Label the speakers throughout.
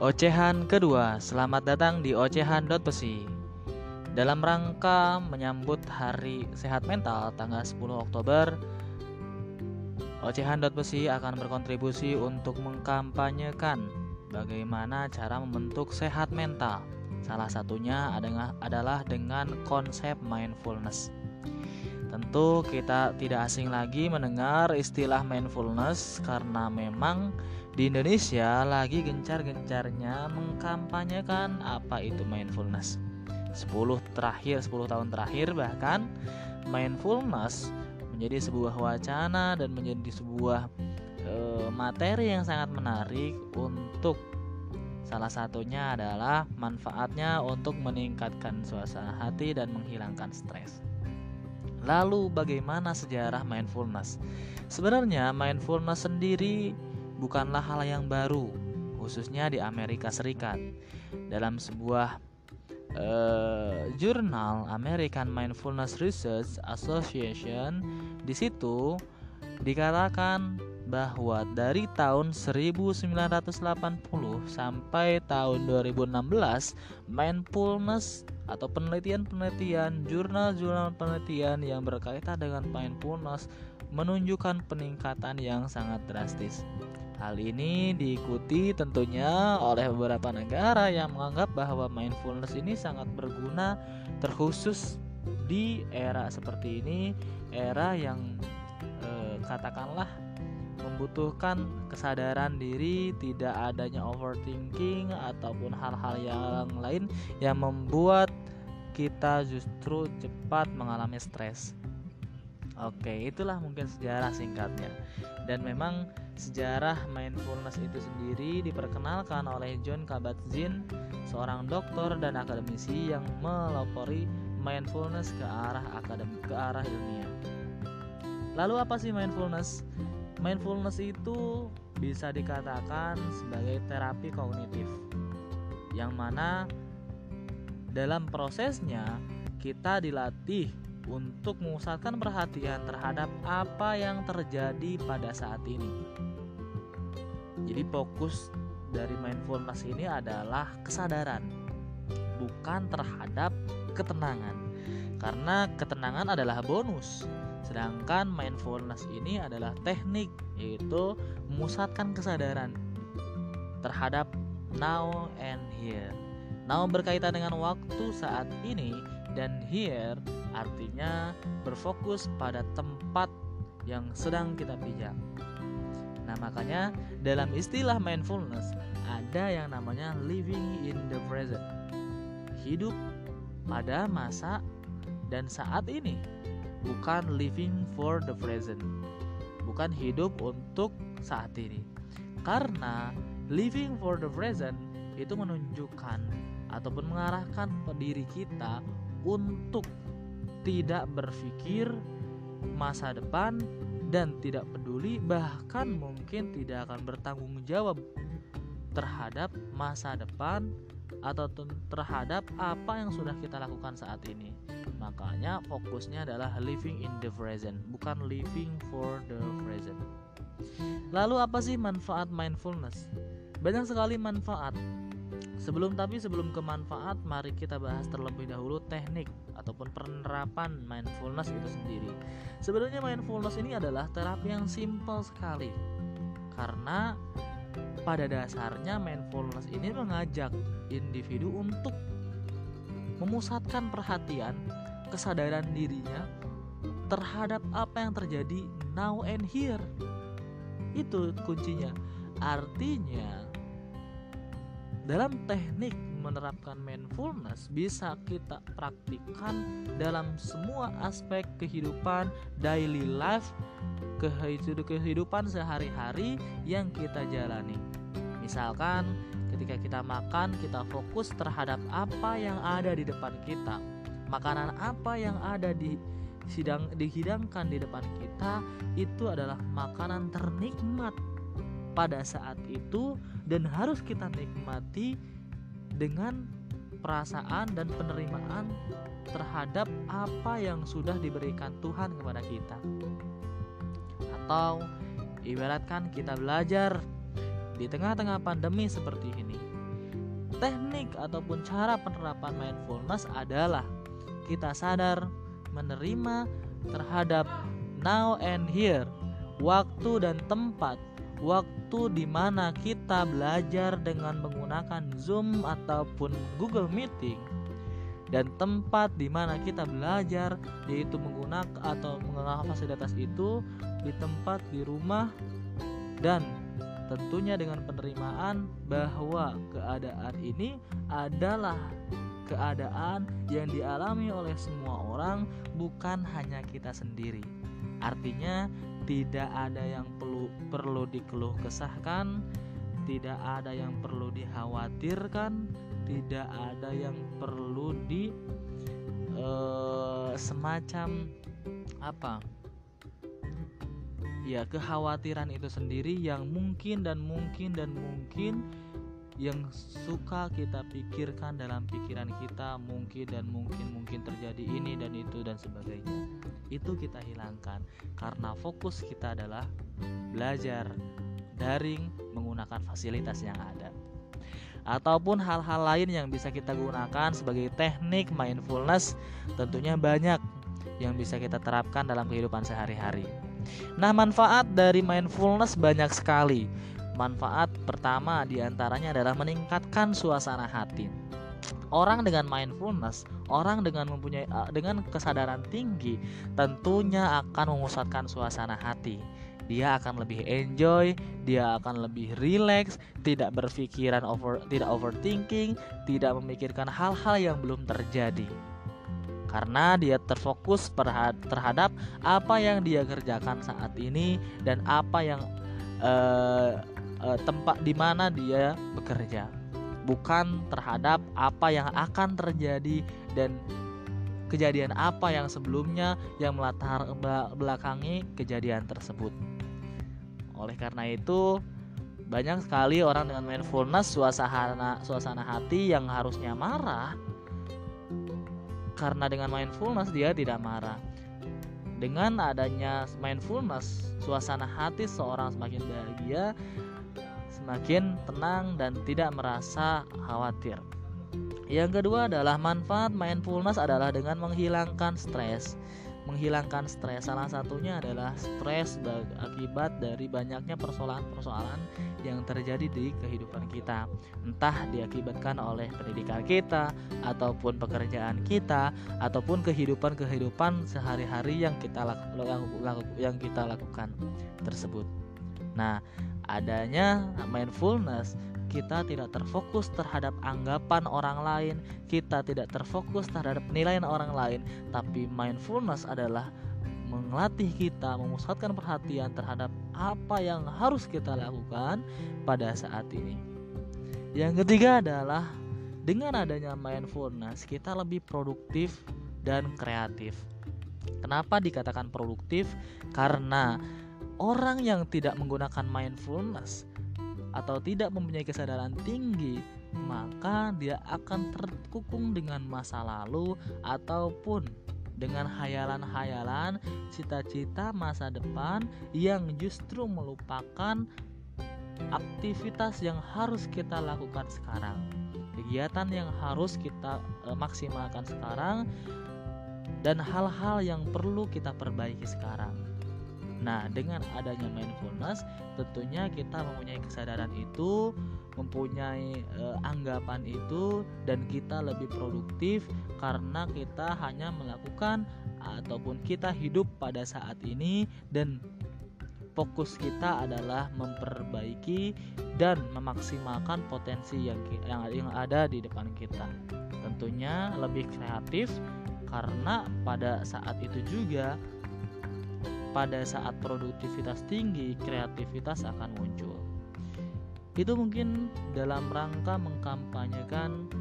Speaker 1: Ocehan kedua, selamat datang di ocehan.psi. Dalam rangka menyambut Hari Sehat Mental tanggal 10 Oktober, ocehan.psi akan berkontribusi untuk mengkampanyekan bagaimana cara membentuk sehat mental. Salah satunya adalah dengan konsep mindfulness. Tentu kita tidak asing lagi mendengar istilah mindfulness karena memang di Indonesia lagi gencar-gencarnya mengkampanyekan apa itu mindfulness. 10 tahun terakhir bahkan mindfulness menjadi sebuah wacana dan menjadi sebuah materi yang sangat menarik untuk salah satunya adalah manfaatnya untuk meningkatkan suasana hati dan menghilangkan stres. Lalu bagaimana sejarah mindfulness? Sebenarnya mindfulness sendiri bukanlah hal yang baru, khususnya di Amerika Serikat. Dalam sebuah jurnal American Mindfulness Research Association, di situ dikatakan bahwa dari tahun 1980 sampai tahun 2016 mindfulness atau penelitian-penelitian, jurnal-jurnal penelitian yang berkaitan dengan mindfulness menunjukkan peningkatan yang sangat drastis. Hal ini diikuti tentunya oleh beberapa negara yang menganggap bahwa mindfulness ini sangat berguna, terkhusus di era seperti ini, era yang katakanlah membutuhkan kesadaran diri, tidak adanya overthinking ataupun hal-hal yang lain yang membuat kita justru cepat mengalami stres. Oke, itulah mungkin sejarah singkatnya. Dan memang sejarah mindfulness itu sendiri diperkenalkan oleh Jon Kabat-Zinn, seorang dokter dan akademisi yang melopori mindfulness ke arah ilmiah. Lalu apa sih mindfulness? Mindfulness itu bisa dikatakan sebagai terapi kognitif, yang mana dalam prosesnya kita dilatih untuk memusatkan perhatian terhadap apa yang terjadi pada saat ini. Jadi fokus dari mindfulness ini adalah kesadaran, bukan terhadap ketenangan. Karena ketenangan adalah bonus, sedangkan mindfulness ini adalah teknik, yaitu memusatkan kesadaran terhadap now and here. Now berkaitan dengan waktu saat ini, dan here artinya berfokus pada tempat yang sedang kita pijak. Nah, makanya dalam istilah mindfulness ada yang namanya living in the present, hidup pada masa dan saat ini, bukan living for the present, bukan hidup untuk saat ini. Karena living for the present itu menunjukkan ataupun mengarahkan diri kita untuk tidak berpikir masa depan dan tidak peduli, bahkan mungkin tidak akan bertanggung jawab terhadap masa depan atau terhadap apa yang sudah kita lakukan saat ini. Makanya fokusnya adalah living in the present, bukan living for the present. Lalu apa sih manfaat mindfulness? Banyak sekali manfaat. Sebelum ke manfaat, mari kita bahas terlebih dahulu teknik ataupun penerapan mindfulness itu sendiri. Sebenarnya mindfulness ini adalah terapi yang simpel sekali, karena pada dasarnya mindfulness ini mengajak individu untuk memusatkan perhatian, kesadaran dirinya terhadap apa yang terjadi now and here. Itu kuncinya. Artinya dalam teknik menerapkan mindfulness bisa kita praktikkan dalam semua aspek kehidupan daily life, kehidupan sehari-hari yang kita jalani. Misalkan ketika kita makan, kita fokus terhadap apa yang ada di depan kita, makanan apa yang ada dihidangkan di depan kita, itu adalah makanan ternikmat pada saat itu dan harus kita nikmati dengan perasaan dan penerimaan terhadap apa yang sudah diberikan Tuhan kepada kita. Atau ibaratkan kita belajar di tengah-tengah pandemi seperti ini, teknik ataupun cara penerapan mindfulness adalah kita sadar menerima terhadap now and here, waktu dan tempat. Waktu di mana kita belajar dengan menggunakan Zoom ataupun Google Meeting, dan tempat di mana kita belajar yaitu menggunakan atau menggunakan fasilitas itu di tempat di rumah, dan tentunya dengan penerimaan bahwa keadaan ini adalah keadaan yang dialami oleh semua orang, bukan hanya kita sendiri. Artinya tidak ada yang perlu dikeluh kesahkan, tidak ada yang perlu dikhawatirkan, tidak ada yang perlu semacam kekhawatiran itu sendiri yang mungkin yang suka kita pikirkan dalam pikiran kita, mungkin terjadi ini dan itu dan sebagainya. Itu kita hilangkan karena fokus kita adalah belajar daring menggunakan fasilitas yang ada. Ataupun hal-hal lain yang bisa kita gunakan sebagai teknik mindfulness, tentunya banyak yang bisa kita terapkan dalam kehidupan sehari-hari. Nah, manfaat dari mindfulness banyak sekali. Manfaat pertama diantaranya adalah meningkatkan suasana hati. Orang dengan mindfulness, orang dengan kesadaran tinggi, tentunya akan memusatkan suasana hati. Dia akan lebih enjoy, dia akan lebih relax, tidak tidak overthinking, tidak memikirkan hal-hal yang belum terjadi. Karena dia terfokus terhadap apa yang dia kerjakan saat ini dan apa yang tempat di mana dia bekerja, bukan terhadap apa yang akan terjadi dan kejadian apa yang sebelumnya yang melatar belakangi kejadian tersebut. Oleh karena itu, banyak sekali orang dengan mindfulness suasana hati yang harusnya marah, karena dengan mindfulness dia tidak marah. Dengan adanya mindfulness, suasana hati seorang semakin bahagia, semakin tenang dan tidak merasa khawatir. Yang kedua adalah manfaat mindfulness adalah dengan menghilangkan stres. Salah satunya adalah stres akibat dari banyaknya persoalan-persoalan yang terjadi di kehidupan kita. Entah diakibatkan oleh pendidikan kita, ataupun pekerjaan kita, ataupun kehidupan sehari-hari yang kita lakukan tersebut. Nah, adanya mindfulness, kita tidak terfokus terhadap anggapan orang lain, kita tidak terfokus terhadap penilaian orang lain, tapi mindfulness adalah melatih kita memusatkan perhatian terhadap apa yang harus kita lakukan pada saat ini. Yang ketiga adalah dengan adanya mindfulness, kita lebih produktif dan kreatif. Kenapa dikatakan produktif? Karena orang yang tidak menggunakan mindfulness atau tidak mempunyai kesadaran tinggi, maka dia akan terkungkung dengan masa lalu ataupun dengan hayalan-hayalan cita-cita masa depan yang justru melupakan aktivitas yang harus kita lakukan sekarang, kegiatan yang harus kita maksimalkan sekarang, dan hal-hal yang perlu kita perbaiki sekarang. Nah, dengan adanya mindfulness, tentunya kita mempunyai kesadaran itu, mempunyai anggapan itu, dan kita lebih produktif karena kita hanya melakukan ataupun kita hidup pada saat ini, dan fokus kita adalah memperbaiki dan memaksimalkan potensi yang ada di depan kita. Tentunya lebih kreatif karena pada saat itu juga, pada saat produktivitas tinggi, kreativitas akan muncul. Itu mungkin dalam rangka mengkampanyekan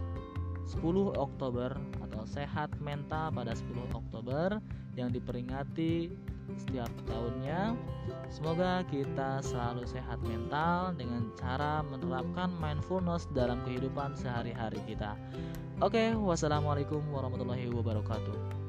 Speaker 1: 10 Oktober atau Sehat Mental pada 10 Oktober yang diperingati setiap tahunnya. Semoga kita selalu sehat mental dengan cara menerapkan mindfulness dalam kehidupan sehari-hari kita. Oke, wassalamualaikum warahmatullahi wabarakatuh.